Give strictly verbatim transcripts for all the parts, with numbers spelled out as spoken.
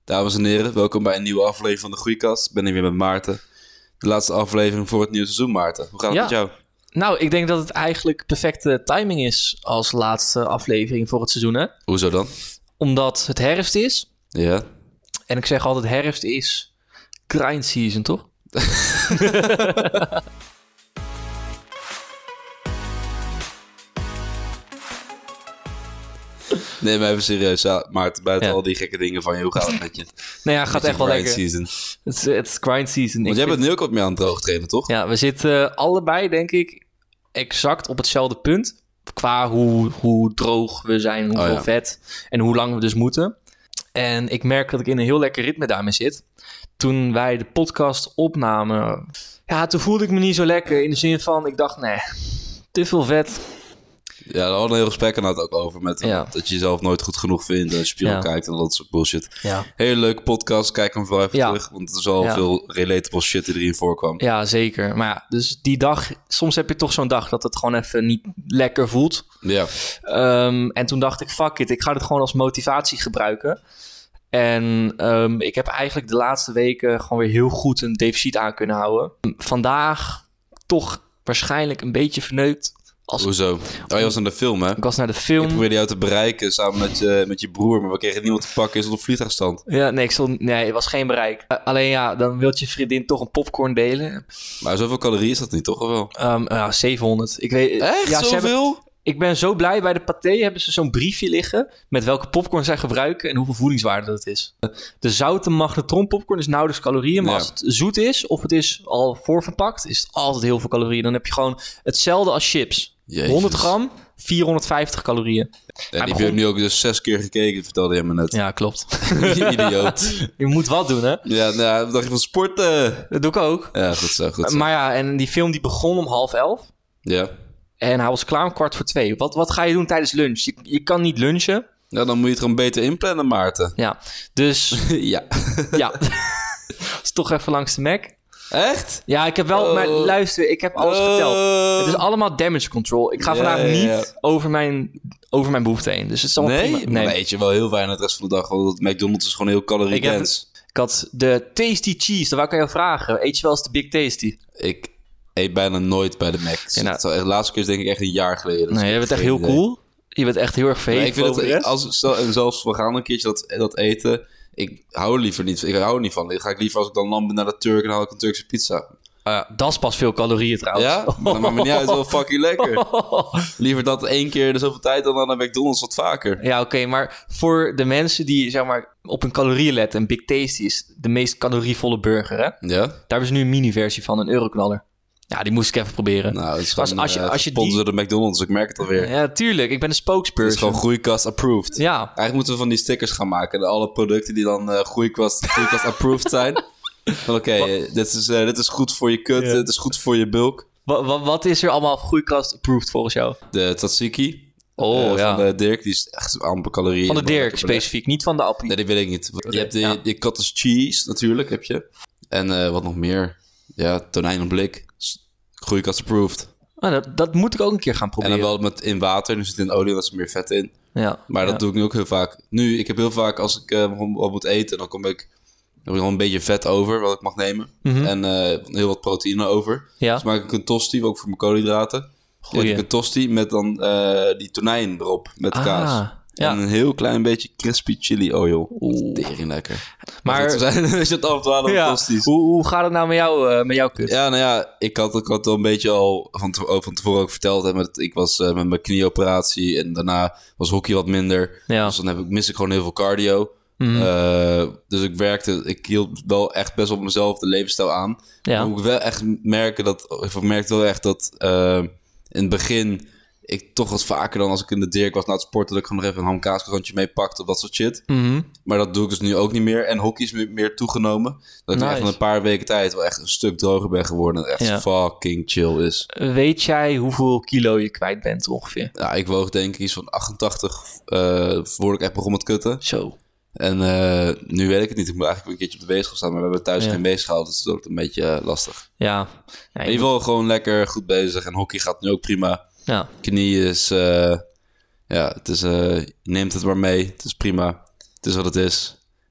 Dames en heren, welkom bij een nieuwe aflevering van de Groeikast. Ik ben hier weer met Maarten. De laatste aflevering voor het nieuwe seizoen, Maarten. Hoe gaat het ja. met jou? Nou, ik denk dat het eigenlijk perfecte timing is als laatste aflevering voor het seizoen, hè? Hoezo dan? Omdat het herfst is. Ja. En ik zeg altijd, herfst is grind season, toch? Nee, maar even serieus. Ja, Maarten, buiten Ja. al die gekke dingen van je, hoe gaat het met je? Nou ja, gaat Met je echt wel grind lekker. season. Het is, het is grind season. Want Ik jij bent vind- nu ook wat meer aan het droog trainen, toch? Ja, we zitten allebei, denk ik, exact op hetzelfde punt. Qua hoe, hoe droog we zijn, hoeveel Oh ja. vet en hoe lang we dus moeten. En ik merk dat ik in een heel lekker ritme daarmee zit. Toen wij de podcast opnamen, ja, toen voelde ik me niet zo lekker. In de zin van, ik dacht, nee, te veel vet. Ja, daar hadden we een heel gesprek aan het ook over. Met, Ja. Dat je jezelf nooit goed genoeg vindt. En als je spiegel Ja. kijkt en dat soort bullshit. Ja. Hele leuke podcast. Kijk hem vooral even Ja. terug. Want er is al Ja. veel relatable shit die erin voorkwam. Ja, zeker. Maar ja, dus die dag, soms heb je toch zo'n dag dat het gewoon even niet lekker voelt. Ja. Um, en toen dacht ik, fuck it, ik ga dit gewoon als motivatie gebruiken. En um, ik heb eigenlijk de laatste weken gewoon weer heel goed een deficit aan kunnen houden. Vandaag toch waarschijnlijk een beetje verneukt. Als Hoezo? Oh, je was aan de film, hè? ik was naar de Ik film. probeerde jou te bereiken samen met je, met je broer, maar we kregen niemand te pakken. Is op de vliegtuigstand. Ja, nee, ik stond, nee, het was geen bereik. Uh, alleen ja, dan wil je vriendin toch een popcorn delen. Maar zoveel calorieën is dat niet, toch? Of wel? Um, ja, zevenhonderd. Ik weet, Echt? ja, ze hebben- Zoveel? Ik ben zo blij. Bij de Pathé hebben ze zo'n briefje liggen met welke popcorn zij gebruiken en hoeveel voedingswaarde dat is. De zoute magnetron popcorn is nauwelijks calorieën, maar Ja. als het zoet is of het is al voorverpakt, is het altijd heel veel calorieën. Dan heb je gewoon hetzelfde als chips. Jezus. honderd gram, vierhonderdvijftig calorieën. Ja, die begon- heb je nu ook dus zes keer gekeken, vertelde je me net. Ja, klopt. Idioot. Je moet wat doen, hè? Ja, nou, wat dacht je van sporten? Dat doe ik ook. Ja, goed zo, goed zo. Maar ja, en die film die begon om half elf. Ja. En hij was klaar om kwart voor twee. Wat, wat ga je doen tijdens lunch? Je, je kan niet lunchen. Ja, dan moet je het gewoon beter inplannen, Maarten. Ja, dus Ja. ja. is toch even langs de Mac. Echt? Ja, ik heb wel... Oh. Maar luister, ik heb alles Oh. verteld. Het is allemaal damage control. Ik ga Ja, vandaag ja, ja. niet over mijn, over mijn behoefte heen. Dus het is allemaal Nee? prima. Maar dan eet je wel heel weinig de rest van de dag. Want McDonald's is gewoon heel Ik heb- calorie-dense. Ik had de Tasty Cheese. Dat wou ik aan jou vragen. Eet je wel eens de Big Tasty? Ik eet bijna nooit bij de Mac. Ja, nou- Het is echt- de laatste keer is denk ik echt een jaar geleden. Dus Nee, je ik bent heb echt heel geen idee. cool. Je bent echt heel erg Maar verheven ik vind over de het, rest. als, stel- en zelfs we gaan een keertje dat, dat eten. Ik hou er liever niet. Ik hou er niet van. Dan ga ik liever als ik dan land ben naar de Turk en haal ik een Turkse pizza. Ah ja, dat is pas veel calorieën trouwens. Ja? Dat maakt me niet uit. Het is wel fucking lekker. Liever dat één keer in de zoveel tijd dan naar McDonald's wat vaker. Ja, oké, maar voor de mensen die zeg maar op hun calorieën letten, een Big Tasty is de meest calorievolle burger, hè? Ja? Daar hebben ze nu een mini-versie van, een euroknaller. Ja, die moest ik even proberen. Nou, het is Als- gewoon als je- eh, als je gesponsord door de McDonald's. Ik merk het alweer. Ja, tuurlijk. Ik ben een Het spokesperson. is gewoon groeikast approved. Ja, Eigenlijk moeten we van die stickers gaan maken. En alle producten die dan eh groeikast, groeikast approved zijn. Van oké, eh, dit, is, eh, dit is goed voor je kut. Ja. Dit is goed voor je bulk. Wa- wa- wat is er allemaal groeikast approved volgens jou? De tzatziki. Oh, eh, ja. Van de Dirk. Die is echt amper calorieën. Van de Maar Dirk lekker belegd. specifiek, niet van de appie. Nee, die weet ik niet. Je hebt die, Ja. die cottage cheese natuurlijk, heb je. En eh, wat nog meer? Ja, tonijn op blik. S- Groeikast approved. Ah, dat, dat moet ik ook een keer gaan En proberen. dan wel met in water. Nu zit het in olie, dat is meer vet in. Ja, Maar dat ja. doe ik nu ook heel vaak. Nu, ik heb heel vaak als ik eh, wat moet eten, dan kom ik, dan heb ik nog een beetje vet over, wat ik mag nemen. Mhm. En eh, heel wat proteïne over. Ja. Dus maak ik een tosti, ook voor mijn koolhydraten. Dan Goeie. heb ik een tosti met dan eh, die tonijn erop, met Ah, kaas. ja. En een heel klein beetje crispy chili oil. Oeh. Tering lekker. Maar Maar goed, we zijn we zijn het afdwalen ja, op tosties. hoe, hoe gaat het nou met jou, eh, met jouw kut? Ja, nou ja, ik had, ik had al een beetje al van, te- van tevoren ook verteld. Hè, met, ik was eh, met mijn knieoperatie en daarna was hockey wat minder. Ja. Dus dan heb ik, mis ik gewoon heel veel cardio. Mhm. Eh, dus ik werkte, ik hield wel echt best op mezelf de levensstijl aan. Ja. Maar ik wel echt merken dat, of ik merkte wel echt dat uh, in het begin ik toch wat vaker dan als ik in de Dirk was na het sporten, dat ik gewoon nog even een ham-kaaskrantje mee pakte of dat soort shit. Mhm. Maar dat doe ik dus nu ook niet meer. En hockey is meer, meer toegenomen. Dat ik Nice. echt in een paar weken tijd wel echt een stuk droger ben geworden. En echt Ja. fucking chill is. Weet jij hoeveel kilo je kwijt bent ongeveer? Ja, ik woog denk ik iets van achtentachtig uh, voordat ik echt begon met kutten. Zo. En uh, nu weet ik het niet. Ik moet eigenlijk een keertje op de weegschaal staan. Maar we hebben thuis Ja. geen weegschaal. Dus dat is een beetje uh, lastig. Ja. Ja, In ieder geval gewoon lekker goed bezig. En hockey gaat nu ook prima. ja. Knie is... Uh, ja, het is... Uh, je neemt het maar mee. Het is prima. Het is wat het is.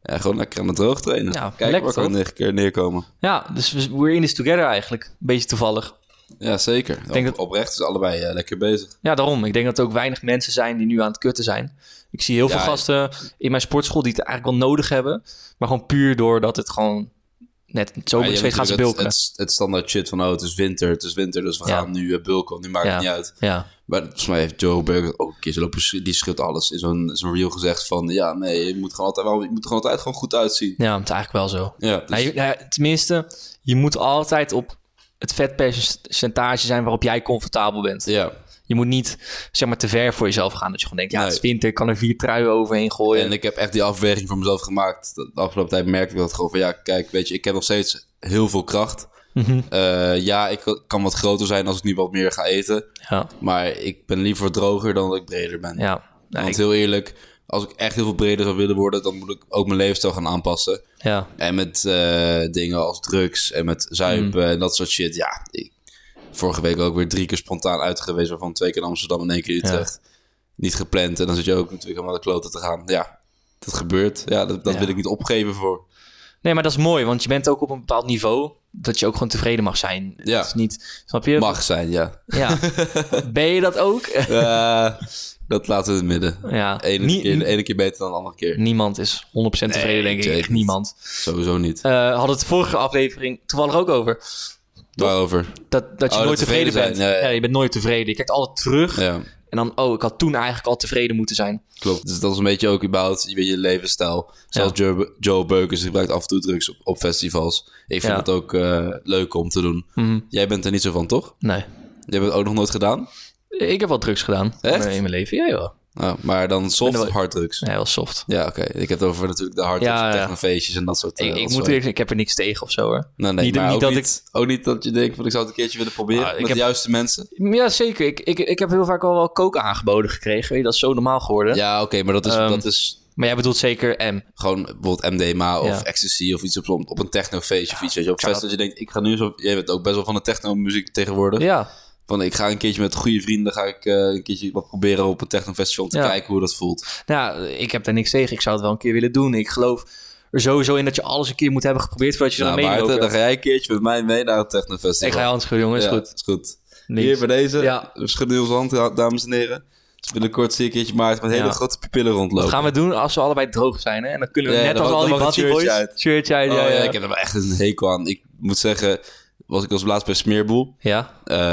Ja, gewoon lekker aan het droog trainen. Ja, Kijk lekker, waar kan een keer neerkomen. Ja, dus we- we're in this together eigenlijk. Een beetje toevallig. Ja, zeker. Ik denk Op, dat- Oprecht is allebei uh, lekker bezig. Ja, daarom. Ik denk dat er ook weinig mensen zijn die nu aan het kutten zijn. Ik zie heel veel Ja, gasten in mijn sportschool die het eigenlijk wel nodig hebben. Maar gewoon puur doordat het gewoon net Maar zo je is hebt gaan ze natuurlijk bulken. Het, het, het standaard shit van, oh, het is winter, het is winter, dus we Ja. gaan nu uh, bulken, want nu maakt Ja. het niet uit. Ja, Maar volgens mij heeft Joe Burger ook een keer zo lopen, sch- die schudt alles in zo'n, zo'n reel gezegd van, ja, nee, je moet, gewoon altijd, wel, je moet er gewoon altijd gewoon goed uitzien. ja, het is eigenlijk wel zo. Ja, dus, Nou, je- nou ja, tenminste, je moet altijd op het vetpercentage zijn waarop jij comfortabel bent. ja. Je moet niet zeg maar te ver voor jezelf gaan. Dat je gewoon denkt, ja, Nee. het is winter, ik kan er vier truien overheen gooien. En ik heb echt die afweging voor mezelf gemaakt. De afgelopen tijd merkte ik dat gewoon van, ja, kijk, weet je, ik heb nog steeds heel veel kracht. Mhm. Uh, ja, ik kan wat groter zijn als ik nu wat meer ga eten. Ja, Maar ik ben liever droger dan dat ik breder ben. ja. Nou, Want ik- heel eerlijk, als ik echt heel veel breder zou willen worden, dan moet ik ook mijn levensstijl gaan aanpassen. ja. En met uh, dingen als drugs en met zuipen Mm. en dat soort shit. Ja, ik, vorige week ook weer drie keer spontaan uit geweest, waarvan twee keer in Amsterdam en één keer in Utrecht. Niet gepland. En dan zit je ook natuurlijk aan de kloten te gaan. Ja, dat gebeurt. Ja, dat, dat Ja. wil ik niet opgeven voor. Nee, maar dat is mooi, want je bent ook op een bepaald niveau dat je ook gewoon tevreden mag zijn. Ja. Het is niet, snap je? Mag zijn, ja. Ja. Ben je dat ook? Uh, dat laten we in het midden. Ja. De ene, Nie- keer, de ene keer beter dan de andere keer. Niemand is honderd procent Nee, tevreden, denk ik. zeker Echt niet. niemand. Sowieso niet. Uh, hadden het de vorige aflevering toevallig ook over. Waarover? Dat, dat je Oh, nooit dat tevreden, tevreden bent. zijn, ja, ja. Ja, je bent nooit tevreden. Je kijkt altijd terug. Ja, En dan, oh, ik had toen eigenlijk al tevreden moeten zijn. klopt. Dus dat is een beetje ook überhaupt je, weet, je levensstijl. Zelfs Ja. Joe, Joe Beukers gebruikt af en toe drugs op, op festivals. Ik vind Ja. het ook uh, leuk om te doen. Mhm. Jij bent er niet zo van, toch? Nee. Jij hebt het ook nog nooit gedaan? Ik heb wel drugs gedaan. Echt? In mijn leven. Ja, joh. Oh, maar dan soft Ben er of wel- harddrugs? Nee, wel soft. Ja, oké. Ik heb het over natuurlijk de harddrugs, Ja, en ja. technofeestjes en dat soort Ik, uh, ik dat moet soort- eerlijk zeggen, ik heb er niks tegen of zo, hoor. Nee, nee, niet- maar niet ook, dat niet, ook niet dat je denkt van ik zou het een keertje willen proberen Ah, ik met heb- de juiste mensen. Ja, zeker. Ik, ik, ik heb heel vaak al wel coke aangeboden gekregen. Weet je, dat is zo normaal geworden. Ja, oké, maar dat is, Ehm, dat is Maar jij bedoelt zeker M. gewoon bijvoorbeeld M D M A of Ja. ecstasy of iets op, zo'n- op een technofeestje of iets. Weet je, op ik zou fest dat je denkt, ik ga nu zo... Jij bent ook best wel van de techno-muziek tegenwoordig. Ja. Van ik ga een keertje met goede vrienden ga ik eh, een keertje wat proberen op een technofestival om te Ja. kijken hoe dat voelt. Nou ja, ik heb daar niks tegen. Ik zou het wel een keer willen doen. Ik geloof er sowieso in dat je alles een keer moet hebben geprobeerd voordat je er Nou, een mening Maarten, over dan hebt. ga jij een keertje met mij mee naar het technofestival. Ik ga je hand schudden, jongens. Ja, Goed. is goed. Links. Hier bij deze, Ja. we schudden nu onze hand, ja, dames en heren. Dus binnenkort zie ik een keertje Maarten met hele Ja. grote pupillen rondlopen. Wat gaan we doen als we allebei droog zijn, hè? En dan kunnen we Ja, net dan als mag- al die dan mag het Batty shirtje Boys... uit. Shirtje uit, Oh, ja, ja, ja. ik heb er wel echt een hekel aan. Ik moet zeggen, was ik als laatst bij Smeerboel. Ja,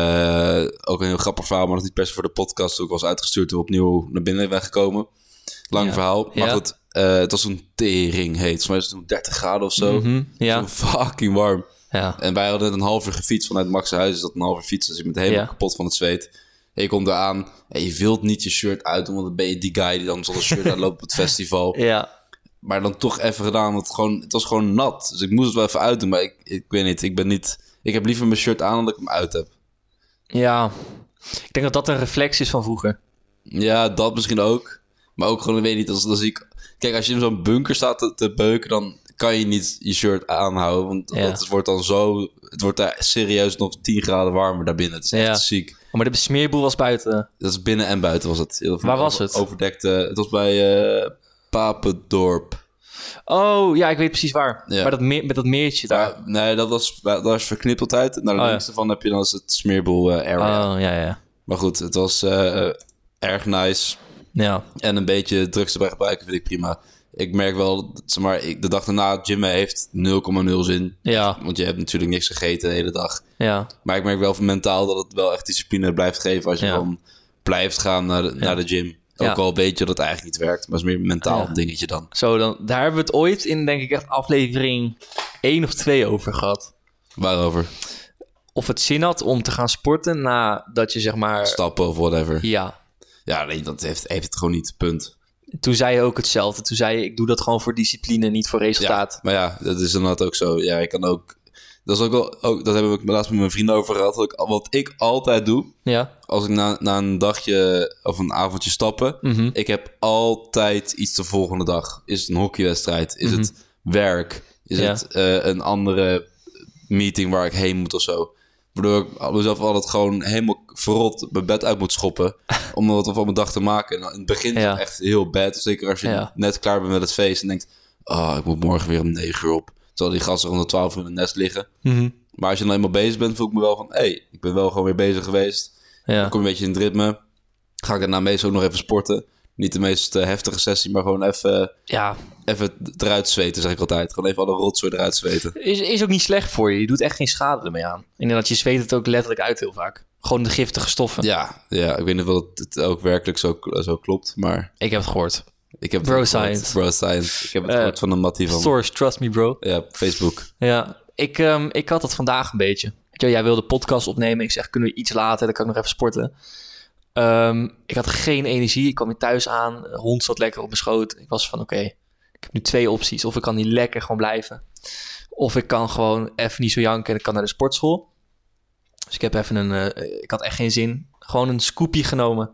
Eh, ook een heel grappig verhaal, maar dat is niet per se voor de podcast. Ook was uitgestuurd toen we opnieuw naar binnen ben gekomen. Lang Ja. verhaal. Maar Ja. goed, eh, het was een tering heet. Volgens mij was het toen dertig graden of zo. Mhm, ja. Zo fucking warm. ja. En wij hadden net een half uur gefietst vanuit Max huis. Is dat een half uur fietsen. Dus je bent helemaal Ja. kapot van het zweet. En je komt eraan en je wilt niet je shirt uitdoen. Want dan ben je die guy die dan zonder shirt uitloopt op het festival. Ja, Maar dan toch even gedaan. Want het, gewoon, het was gewoon nat. Dus ik moest het wel even uitdoen. Maar ik, ik weet niet. Ik ben niet... Ik heb liever mijn shirt aan dan dat ik hem uit heb. ja. Ik denk dat dat een reflex is van vroeger. Ja, dat misschien ook. Maar ook gewoon, ik weet niet, als, als ik... Kijk, als je in zo'n bunker staat te, te beuken, dan kan je niet je shirt aanhouden. Want Ja. dat wordt dan zo... Het wordt daar serieus nog tien graden warmer daarbinnen. Het is echt Ja. ziek. Oh, maar de smeerboel was buiten. Dat is binnen en buiten was het. Heel veel Waar was over- het? Overdekte... Het was bij eh Papendorp. Oh, ja, ik weet precies waar. Ja. Maar dat meer, met dat meertje daar. Daar, nee, dat was, dat was verknippeltijd. Naar de Oh, ja. links ervan heb je dan is het Smeerboel eh, area. Oh, ja, ja. Maar goed, het was eh, erg nice. Ja, En een beetje drugs erbij gebruiken vind ik prima. Ik merk wel, dat, zeg maar, ik, de dag daarna, gymmen heeft nul komma nul zin. ja, Want je hebt natuurlijk niks gegeten de hele dag. ja. Maar ik merk wel van mentaal dat het wel echt discipline blijft geven als je Ja. gewoon blijft gaan naar de, naar de gym. Ook Ja. al weet je dat het eigenlijk niet werkt, maar het is meer een mentaal Ja. dingetje dan. Zo, dan, daar hebben we het ooit in, denk ik, echt aflevering één of twee over gehad. Waarover? Of het zin had om te gaan sporten nadat je, zeg maar... Stappen of whatever. Ja, Ja, nee, dat heeft, heeft het gewoon niet, punt. toen zei je ook hetzelfde. Toen zei je, ik doe dat gewoon voor discipline, niet voor Ja, resultaat. maar ja, dat is inderdaad ook zo. Ja, ik kan ook... Dat is ook wel... Ook, dat hebben we laatst met mijn vrienden over gehad. Wat ik, wat ik altijd doe, Ja, als ik na, na een dagje of een avondje stappen... Mhm. Ik heb altijd iets de volgende dag. Is het een hockeywedstrijd? Is Mhm. het werk? Is Ja. het eh, een andere meeting waar ik heen moet of zo? Waardoor ik mezelf altijd gewoon helemaal verrot mijn bed uit moet schoppen. om wat van mijn dag te maken. En in het begin is Ja. het echt heel bad. Zeker als je Ja. net klaar bent met het feest en denkt... oh, ik moet morgen weer om negen uur op. Terwijl die gasten rond de twaalf uur in het nest liggen. Mm-hmm. Maar als je dan eenmaal bezig bent, voel ik me wel van... hé, hey, ik ben wel gewoon weer bezig geweest. Ja. Dan kom je een beetje in het ritme. Ga ik daarna meestal ook nog even sporten. Niet de meest uh, heftige sessie, maar gewoon even, ja. even eruit zweten, zeg ik altijd. Gewoon even alle rotzooi eruit zweten. Is, is ook niet slecht voor je. Je doet echt geen schade ermee aan. En dat je zweet het ook letterlijk uit heel vaak. Gewoon de giftige stoffen. Ja, ja ik weet niet of het, het ook werkelijk zo, zo klopt, maar... Ik heb het gehoord. Ik heb het bro gehoord. Science. Bro Science. Ik heb het uh, gehoord van een mattie van... Source, trust me bro. Ja, Facebook. Ja, ik, um, ik had het vandaag een beetje. Jij wilde podcast opnemen. Ik zeg, kunnen we iets later? Dan kan ik nog even sporten. Um, ik had geen energie. Ik kwam weer thuis aan. De hond zat lekker op mijn schoot. Ik was van, oké, okay, ik heb nu twee opties. Of ik kan hier lekker gewoon blijven. Of ik kan gewoon even niet zo janken en ik kan naar de sportschool. Dus ik heb even een... Uh, ik had echt geen zin. Gewoon een scoopje genomen.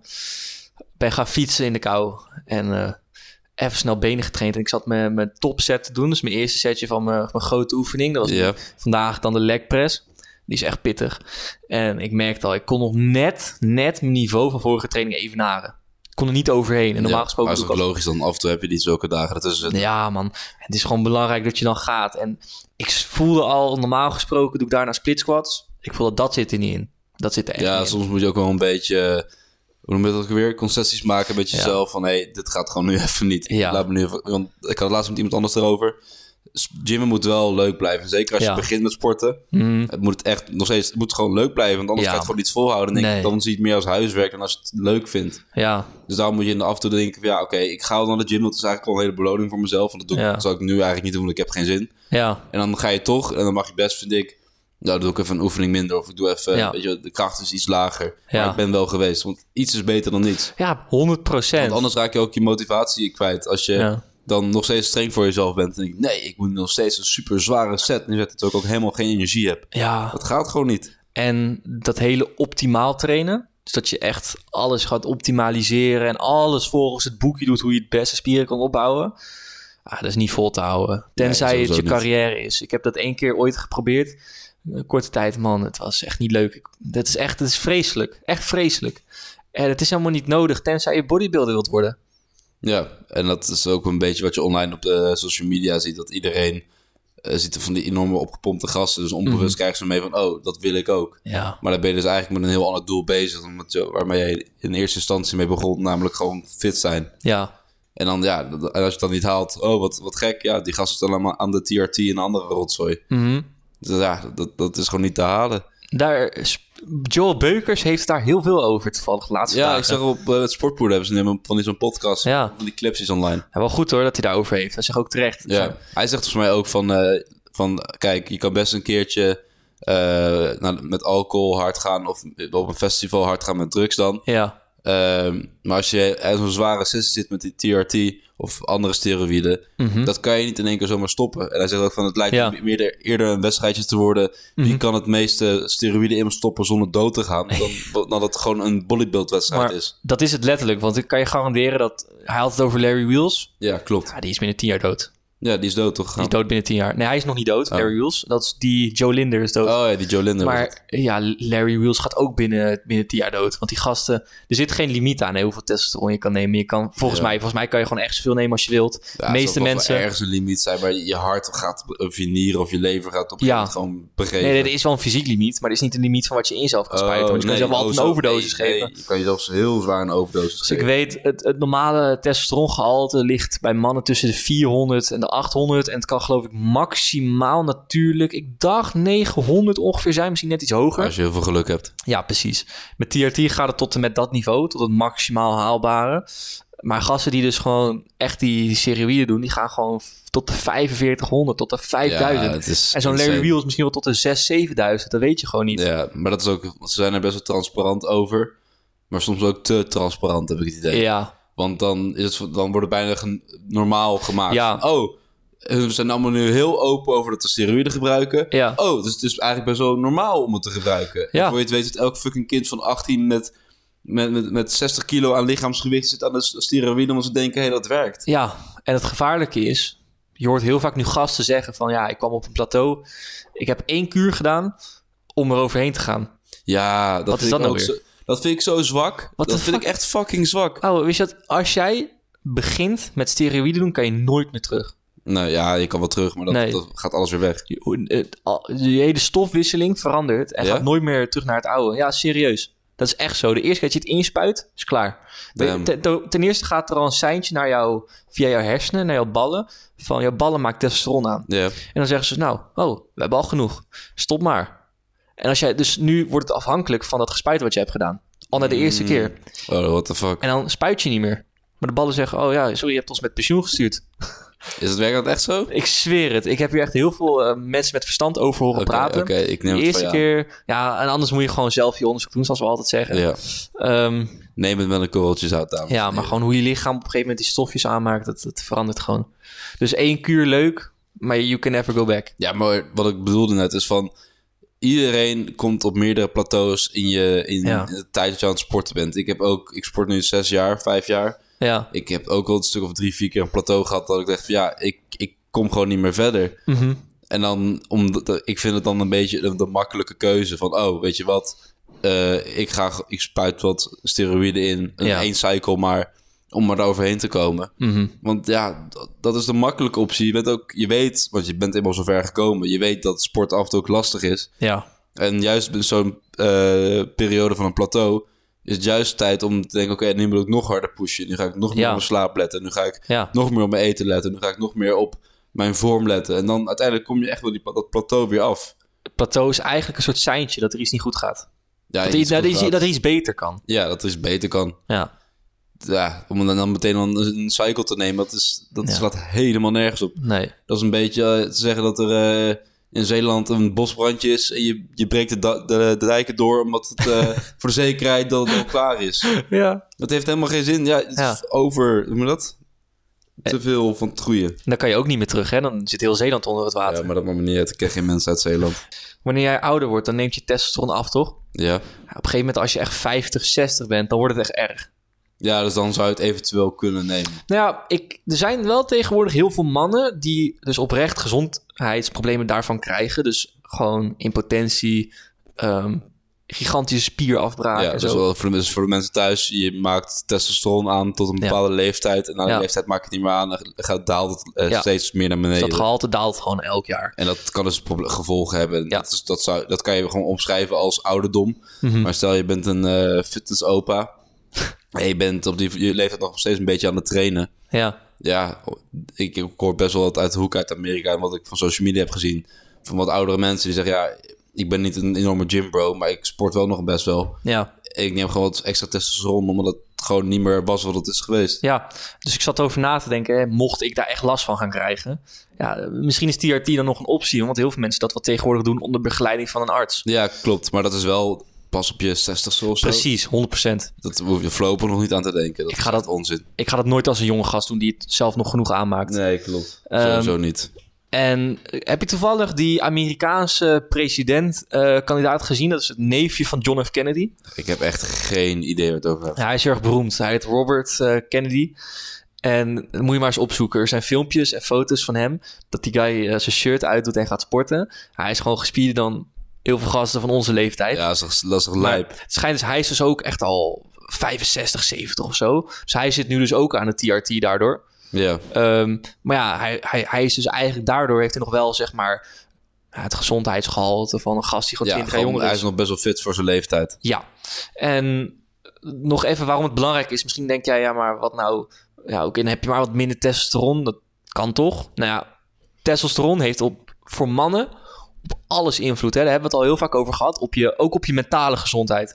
Ben gaan fietsen in de kou. En uh, even snel benen getraind. En ik zat mijn, mijn topset te doen. Dus mijn eerste setje van mijn, mijn grote oefening. Dat was yep. vandaag dan de leg press. Die is echt pittig. En ik merkte al, ik kon nog net, net mijn niveau van vorige training evenaren. Ik kon er niet overheen. En normaal ja, gesproken... Maar is ook logisch dan af en toe heb je niet zulke dagen ertussen zitten. Ja man, het is gewoon belangrijk dat je dan gaat. En ik voelde al, normaal gesproken doe ik daarna split squats. Ik voelde dat zit er niet in. Dat zit er echt ja, niet soms in. moet je ook wel een beetje... Hoe noem je dat ook weer? Concessies maken met jezelf. Ja. Van, hé, hey, dit gaat gewoon nu even niet. Ja. Laat me nu even, want ik had het laatst met iemand anders erover. Gymmen moet wel leuk blijven. Zeker als je ja. begint met sporten. Mm. Het moet het echt nog steeds... Het moet gewoon leuk blijven. Want anders Ja. ga je het gewoon niet volhouden. Dan, denk Nee. ik, dan zie je het meer als huiswerk dan als je het leuk vindt. Ja. Dus daarom moet je in de af en toe denken van... Ja, oké, okay, ik ga wel naar de gym. Dat is eigenlijk wel een hele beloning voor mezelf. Want dat, doe ik, Ja. dat zou ik nu eigenlijk niet doen, want ik heb geen zin. Ja. En dan ga je toch... En dan mag je best, vind ik... Nou, doe ik even een oefening minder. Of ik doe even... Ja. Weet je, de kracht is iets lager. Ja. Maar ik ben wel geweest. Want iets is beter dan niets. Ja, honderd procent. Want anders raak je ook je motivatie kwijt. Als je Ja. dan nog steeds streng voor jezelf bent. En denk nee, ik moet nog steeds een super zware set neerzetten. Terwijl ik ook helemaal geen energie heb. Ja. Dat gaat gewoon niet. En dat hele optimaal trainen. Dus dat je echt alles gaat optimaliseren. En alles volgens het boekje doet hoe je het beste spieren kan opbouwen. Ah, dat is niet vol te houden. Tenzij Nee, het je sowieso niet. carrière is. Ik heb dat één keer ooit geprobeerd. Een korte tijd, man. Het was echt niet leuk. Ik, dat is echt, het is vreselijk. Echt vreselijk. En het is helemaal niet nodig. Tenzij je bodybuilder wilt worden. Ja, en dat is ook een beetje wat je online op de social media ziet. Dat iedereen uh, ziet er van die enorme opgepompte gasten. Dus onbewust Mm-hmm. krijgen ze mee van, oh, dat wil ik ook. Ja. Maar dan ben je dus eigenlijk met een heel ander doel bezig. Omdat je, waarmee je in eerste instantie mee begon. Namelijk gewoon fit zijn. Ja. En dan, ja, en als je het dan niet haalt, oh, wat, wat gek. Ja, die gasten staan allemaal aan de T R T en andere rotzooi. Mm-hmm. Dus ja, dat, dat is gewoon niet te halen. Daar, Joel Beukers heeft daar heel veel over toevallig de laatste Ja, dagen. ik zag op uh, het Sportpool hebben ze nemen van die zo'n podcast. Ja. Van die clipjes online. Ja, wel goed hoor dat hij daarover heeft. Dat zeg ook terecht. Ja. Hij zegt volgens mij ook van, uh, van... Kijk, je kan best een keertje uh, nou, met alcohol hard gaan... of op een festival hard gaan met drugs dan. Ja. Uh, maar als je in zo'n zware sessie zit met die T R T of andere steroïden... Mm-hmm. dat kan je niet in één keer zomaar stoppen. En hij zegt ook van, het lijkt Ja. meer eerder een wedstrijdje te worden... Wie Mm-hmm. kan het meeste steroïden in me stoppen zonder dood te gaan... dan, dan dat het gewoon een bodybuildwedstrijd Maar is. dat is het letterlijk. Want ik kan je garanderen dat... Hij had het over Larry Wheels. Ja, klopt. Ja, die is binnen tien jaar dood. Ja, die is dood toch Die gegaan? is dood binnen tien jaar. Nee, hij is nog niet dood, Oh. Larry Wheels. Dat is die Joe Linder is dood. Oh ja, die Joe Linder. was het. Maar ja, Larry Wheels gaat ook binnen, binnen tien jaar dood. Want die gasten... Er zit geen limiet aan hè, hoeveel testosteron je kan nemen. Je kan, volgens, Ja. mij, volgens mij kan je gewoon echt zoveel nemen als je wilt. Ja, de er meeste zal toch mensen... wel ergens een limiet zijn, maar je hart gaat, of je nieren of je lever gaat op een Ja. gegeven moment gewoon begeven. Nee, nee, er is wel een fysiek limiet. Maar er is niet een limiet van wat je in jezelf kan spuiten. want je kan nee, jezelf altijd oh, een zo. overdosis Nee, geven. nee, je kan jezelf heel zwaar een overdosis Dus ik geven. weet, het, het normale testosterongehalte ligt bij mannen tussen de vierhonderd en de achthonderd. En het kan geloof ik maximaal natuurlijk, ik dacht negenhonderd ongeveer zijn. Misschien net iets hoger. Als je heel veel geluk hebt. Ja, precies. Met T R T gaat het tot en met dat niveau, tot het maximaal haalbare. Maar gasten die dus gewoon echt die steroïden doen, die gaan gewoon tot de vijfenveertighonderd, tot de vijfduizend. Ja, het is en zo'n Larry insane. Wheels misschien wel tot de zesduizend, zevenduizend. Dat weet je gewoon niet. Ja, maar dat is ook, ze zijn er best wel transparant over. Maar soms ook te transparant, heb ik het idee. Ja, Want dan, is het, dan wordt het bijna gen- normaal gemaakt. Ja. Oh, we zijn allemaal nu heel open over dat we steroïden gebruiken. ja. Oh, dus het is eigenlijk best wel normaal om het te gebruiken. Ja. En voor je het weet het elk fucking kind van achttien met, met, met, met zestig kilo aan lichaamsgewicht zit aan de steroïden omdat ze denken, hé, hey, dat werkt. Ja, en het gevaarlijke is, je hoort heel vaak nu gasten zeggen van ja, ik kwam op een plateau. Ik heb één kuur gedaan om er overheen te gaan. Ja, dat Wat is vind dat ik nou ook weer? zo, dat vind ik zo zwak. Wat dat de vind fuck? ik echt fucking zwak. Oh, weet je wat? Als jij begint met steroïden doen, kan je nooit meer terug. Nou ja, je kan wel terug, maar dat, Nee. dat gaat alles weer weg. Je, het- al- de hele stofwisseling verandert en Ja? gaat nooit meer terug naar het oude. Ja, serieus. Dat is echt zo. De eerste keer dat je het inspuit, is klaar. Damn. Ten, ten- ten eerste gaat er al een seintje naar jou, via jouw hersenen, naar jouw ballen. Van jouw ballen maakt testosteron aan. Ja. En dan zeggen ze, nou, oh, we hebben al genoeg. Stop maar. En als jij, dus nu wordt het afhankelijk van dat gespuit wat je hebt gedaan. Al na de eerste Mm. keer. Oh, what the fuck. En dan spuit je niet meer. Maar de ballen zeggen, oh ja, sorry, je hebt ons met pensioen gestuurd. Is het werkelijk echt zo? Ik zweer het. Ik heb hier echt heel veel uh, mensen met verstand over horen Oké, praten. Oké, ik neem De het eerste van jou. keer, ja, en anders moet je gewoon zelf je onderzoek doen, zoals we altijd zeggen. Ja. Ehm, Neem het met een korreltje zout, dames en ja, maar heren. gewoon hoe je lichaam op een gegeven moment die stofjes aanmaakt, dat, dat verandert gewoon. Dus één kuur leuk, maar you can never go back. Ja, maar wat ik bedoelde net is van... Iedereen komt op meerdere plateaus in, je, in Ja. de tijd dat je aan het sporten bent. Ik heb ook... Ik sport nu zes jaar, vijf jaar. Ja. Ik heb ook wel een stuk of drie, vier keer een plateau gehad... dat ik dacht van ja, ik, ik kom gewoon niet meer verder. Mhm. En dan... Omdat, ik vind het dan een beetje de, de makkelijke keuze van... Oh, weet je wat? Eh, ik, ga, ik spuit wat steroïden in. Een Ja. één cycle maar... Om maar eroverheen te komen. Mhm. Want ja, dat, dat is de makkelijke optie. Je bent ook, je weet, want je bent eenmaal zo ver gekomen. Je weet dat sport af en toe ook lastig is. Ja. En juist in zo'n eh, periode van een plateau is het juist tijd om te denken... Oké, nu moet ik nog harder pushen. Nu ga ik nog meer Ja. op mijn slaap letten. Nu ga ik Ja. nog meer op mijn eten letten. Nu ga ik nog meer op mijn vorm letten. En dan uiteindelijk kom je echt wel die, dat plateau weer af. Het plateau is eigenlijk een soort seintje dat er iets niet goed gaat. Ja, Dat, iets iets, dat, goed iets, gaat. dat er iets beter kan. Ja, dat is beter kan. Ja. Ja, om dan, dan meteen dan een cycle te nemen, dat, is, dat Ja. slaat helemaal nergens op. Nee. Dat is een beetje eh, te zeggen dat er eh, in Zeeland een bosbrandje is... en je, je breekt de, da- de, de dijken door omdat het eh, voor de zekerheid dat het al klaar is. Ja. Dat heeft helemaal geen zin. Ja, het Ja. is over... Hoe noem je dat? Te veel van het goede. Dan kan je ook niet meer terug, hè? Dan zit heel Zeeland onder het water. Ja, maar dat maakt me niet uit. Ik ken geen mensen uit Zeeland. Wanneer jij ouder wordt, dan neemt je testosteron af, toch? Ja. Ja, op een gegeven moment, als je echt vijftig, zestig bent, dan wordt het echt erg. Ja, dus dan zou je het eventueel kunnen nemen. Nou ja, ik, er zijn wel tegenwoordig heel veel mannen die dus oprecht gezondheidsproblemen daarvan krijgen. Dus gewoon impotentie, ehm, gigantische spierafbraak Ja, en dus, zo. wel voor de, dus voor de mensen thuis. Je maakt testosteron aan tot een Ja. bepaalde leeftijd. En na die Ja. leeftijd maak je het niet meer aan. Dan gaat, daalt het eh, Ja. steeds meer naar Dus beneden. dat gehalte daalt gewoon elk jaar. En dat kan dus proble- gevolgen hebben. Ja. Dat, is, dat, zou, dat kan je gewoon omschrijven als ouderdom. Mhm. Maar stel je bent een eh fitnessopa. En je bent op die je leeftijd nog steeds een beetje aan het trainen. Ja, Ja, ik, ik hoor best wel wat uit de hoek uit Amerika. En wat ik van social media heb gezien. Van wat oudere mensen die zeggen... Ja, ik ben niet een enorme gym bro. Maar ik sport wel nog best wel. ja, Ik neem gewoon wat extra testosteron. Omdat het gewoon niet meer was wat het is geweest. ja. Dus ik zat over na te denken, hè, mocht ik daar echt last van gaan krijgen. Ja, misschien is T R T dan nog een optie. Want heel veel mensen dat wat tegenwoordig doen onder begeleiding van een arts. Ja, klopt. Maar dat is wel pas op je zestigste of zo. Precies, honderd procent. Dat hoef je voorlopig nog niet aan te denken. Dat Ik ga is echt dat- onzin. Ik ga dat nooit als een jonge gast doen die het zelf nog genoeg aanmaakt. Nee, klopt. Ehm, Sowieso niet. En heb je toevallig die Amerikaanse president-kandidaat gezien? Dat is het neefje van John F. Kennedy. Ik heb echt geen idee waar het over hebt. Ja, hij is heel erg beroemd. Hij heet Robert eh, Kennedy. En dan moet je maar eens opzoeken. Er zijn filmpjes en foto's van hem. Dat die guy eh, zijn shirt uitdoet en gaat sporten. Hij is gewoon gespierder dan heel veel gasten van onze leeftijd. Ja, dat is, dat is toch Maar lijp. het schijnt dus, hij is dus ook echt al vijfenzestig, zeventig of zo. Dus hij zit nu dus ook aan de T R T daardoor. Ja. Ehm, maar ja, hij, hij, hij is dus eigenlijk daardoor heeft hij nog wel, zeg maar, ja, het gezondheidsgehalte van een gast die gewoon Ja, twintig jaar gewoon, jonger hij is. is nog best wel fit voor zijn leeftijd. Ja, en nog even waarom het belangrijk is. Misschien denk jij, ja, maar wat nou... Ja, oké, dan heb je maar wat minder testosteron. Dat kan toch? Nou ja, testosteron heeft op, voor mannen op alles invloed. Hè? Daar hebben we het al heel vaak over gehad. Op je, ook op je mentale gezondheid.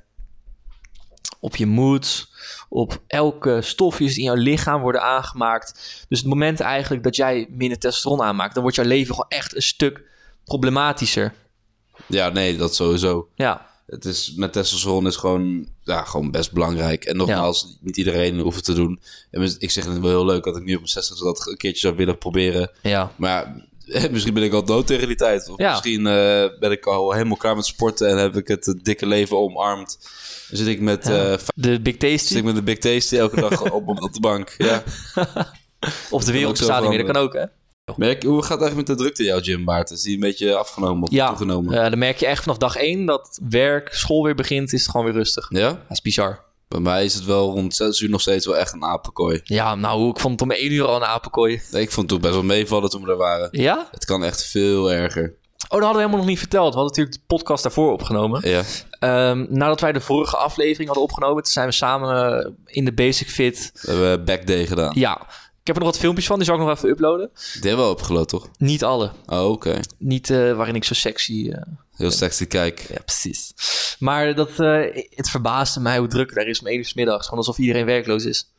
Op je mood. Op elke stofjes die in jouw lichaam worden aangemaakt. Dus het moment eigenlijk dat jij minder testosteron aanmaakt... dan wordt jouw leven gewoon echt een stuk problematischer. Ja, nee, dat sowieso. Ja, Het is, met testosteron is gewoon, ja, gewoon best belangrijk. En nogmaals, niet iedereen hoeft het te doen. En ik zeg het wel heel leuk dat ik nu op mijn zestigste dat een keertje zou willen proberen. ja. Maar ja, misschien ben ik al dood tegen die tijd. Of Ja. misschien eh, ben ik al helemaal klaar met sporten en heb ik het eh, dikke leven omarmd. Dan zit ik met, Ja. eh, f- De Big Tasty. zit ik met de Big Tasty elke dag op, op, op de bank. Ja. Of de ook wereld zo bestaat niet meer, dat kan ook, hè? Merk, hoe gaat het eigenlijk met de drukte in jouw gym, Bart? Is die een beetje afgenomen of Ja, toegenomen? eh, dan merk je echt vanaf dag één dat werk, school weer begint, is het gewoon weer rustig. Ja? Dat is bizar. Bij mij is het wel rond zes uur nog steeds wel echt een apenkooi. Ja, nou, ik vond het om één uur al een apenkooi. Nee, ik vond het toen best wel meevallen toen we er waren. Ja? Het kan echt veel erger. Oh, dat hadden we helemaal nog niet verteld. We hadden natuurlijk de podcast daarvoor opgenomen. Ja. Um, nadat wij de vorige aflevering hadden opgenomen, toen zijn we samen in de Basic Fit. We hebben back day gedaan. Ja. Ik heb er nog wat filmpjes van, die zal ik nog even uploaden. Die hebben we opgeload, toch? Niet alle. Oh, oké. Okay. Niet uh, waarin ik zo sexy... Uh, Heel sexy kijk. Ja, precies. Maar dat, uh, het verbaasde mij hoe druk daar is om één uur 's middags. Gewoon alsof iedereen werkloos is.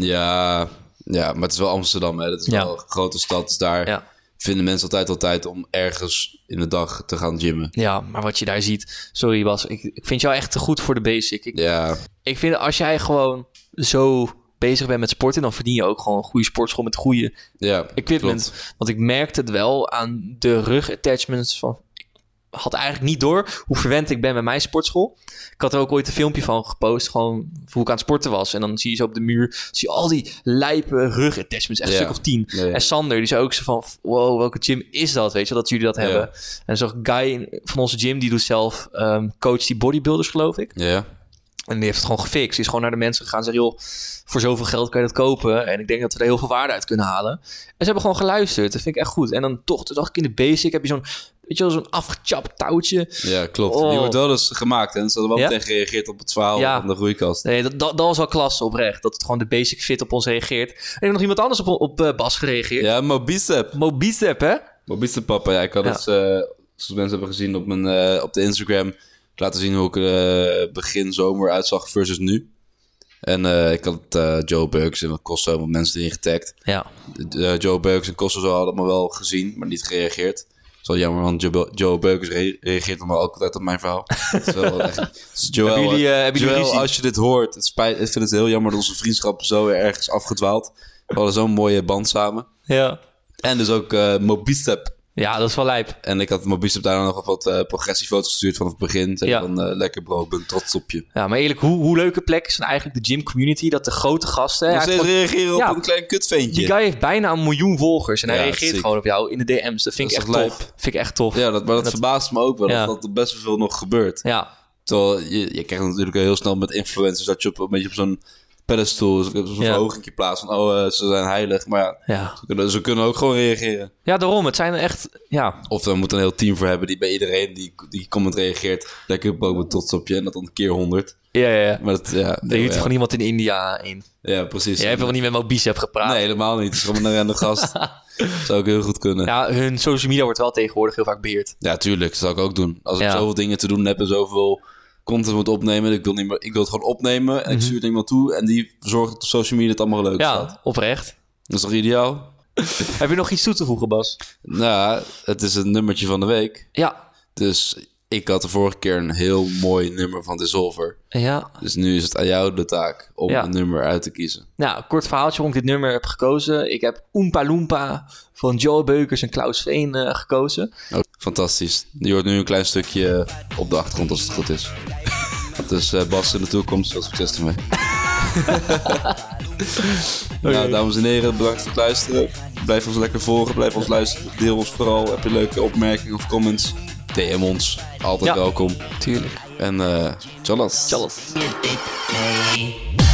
Ja, ja, maar het is wel Amsterdam, hè. Het is ja. wel een grote stad. Dus daar ja. vinden mensen altijd wel tijd om ergens in de dag te gaan gymmen. Ja, maar wat je daar ziet... Sorry Bas, ik, ik vind jou echt te goed voor de basic. Ik, ja. Ik vind als jij gewoon zo... bezig bent met sporten, dan verdien je ook gewoon een goede sportschool met goede ja, equipment. Klopt. Want ik merkte het wel aan de rugattachments van... Ik had eigenlijk niet door hoe verwend ik ben met mijn sportschool. Ik had er ook ooit een filmpje van gepost, gewoon hoe ik aan het sporten was. En dan zie je zo op de muur, zie je al die lijpe rugattachments, echt ja. een stuk of tien. Ja, ja. En Sander, die zei ook zo van, wow, welke gym is dat, weet je, dat jullie dat ja. hebben. En zo'n guy van onze gym, die doet zelf, um, coach die bodybuilders, geloof ik. Ja. En die heeft het gewoon gefixt. Die is gewoon naar de mensen gegaan en zei, joh, voor zoveel geld kan je dat kopen. En ik denk dat we er heel veel waarde uit kunnen halen. En ze hebben gewoon geluisterd. Dat vind ik echt goed. En dan toch, toen dacht ik in de basic, heb je zo'n, weet je wel, zo'n afgechapt touwtje. Ja, klopt. Oh. Die wordt wel eens gemaakt. En ze hadden wel ja? tegen gereageerd op het verhaal ja. van de groeikast. Nee, dat, dat, dat was wel klasse oprecht. Dat het gewoon de basic fit op ons reageert. En er heeft nog iemand anders op, op uh, Bas gereageerd. Ja, Mobicep. Mobicep, hè? Mobicep, papa. Ja, ik had ja. het, uh, zoals mensen hebben gezien op, mijn, uh, op de Instagram... laten zien hoe ik uh, begin zomer uitzag versus nu. En uh, ik had uh, Joe Bugs en Kosso en wat mensen erin getagd. Ja. Uh, Joe Bugs en Kosso zo hadden me wel gezien, maar niet gereageerd. Dat is wel jammer, want Joe, Joe Bugs re- reageert nog wel ook altijd op mijn verhaal. Dat is wel echt... Dus Joel, hebben jullie, uh, hebben Joel, jullie als je dit hoort, het spijt, ik vind het heel jammer dat onze vriendschap zo ergens afgedwaald. We hadden zo'n mooie band samen. Ja. En dus ook uh, Mobicep. Ja, dat is wel lijp. En ik had Mobicep daar nog wat uh, progressiefoto's gestuurd vanaf het begin. Zeg ja. van, uh, lekker bro, ik ben trots op je. Ja, maar eerlijk, hoe, hoe leuke plek is dan eigenlijk de gym community? Dat de grote gasten... Nog steeds reageren op ja, een klein kutveentje. Die guy heeft bijna een miljoen volgers. En hij ja, reageert ziek. gewoon op jou in de D M's. Dat vind dat ik echt tof. Vind ik echt tof. Ja, dat, maar dat, dat verbaast me ook wel. Ja. Dat er best wel veel nog gebeurt. Ja. Terwijl je, je krijgt natuurlijk heel snel met influencers... dat je op, een beetje op zo'n pedestal, zo'n ja. verhoging plaats van... oh, uh, ze zijn heilig. Maar ja, ja. Ze, kunnen, ze kunnen ook gewoon reageren. Ja, daarom. Het zijn echt... Ja. Of we moeten een heel team voor hebben... die bij iedereen die, die comment reageert... lekker ook met trots op je... en dat dan een keer honderd. Ja, ja, ja. Maar dat, ja... Er hield ja. gewoon iemand in India in. Ja, precies. Jij hebt wel niet met Mobicep gepraat. Nee, helemaal niet. Het is gewoon een random gast. Zou ook heel goed kunnen. Ja, hun social media wordt wel tegenwoordig heel vaak beheerd. Ja, tuurlijk. Dat zou ik ook doen. Als ik ja. zoveel dingen te doen heb en zoveel... content moet opnemen. Ik wil, niet meer, ik wil het gewoon opnemen. En mm-hmm. ik stuur het iemand toe. En die zorgt dat op social media het allemaal leuk ja, staat. Ja, oprecht. Dat is toch ideaal? Heb je nog iets toe te voegen, Bas? Nou, het is het nummertje van de week. Ja. Dus ik had de vorige keer een heel mooi nummer van Dissolver. Ja. Dus nu is het aan jou de taak om ja. een nummer uit te kiezen. Nou, een kort verhaaltje waarom ik dit nummer heb gekozen. Ik heb Oompa Loompa van Joel Beukers en Klaus Veen uh, gekozen. Oh, fantastisch. Je hoort nu een klein stukje op de achtergrond als het goed is. Dus uh, Bas in de toekomst, veel succes ermee. Okay. Nou, dames en heren, bedankt voor het luisteren. Blijf ons lekker volgen, blijf ons luisteren. Deel ons vooral. Heb je leuke opmerkingen of comments? D M ons. Altijd ja, welkom. Tuurlijk. En uh, tjallas. Tjallas.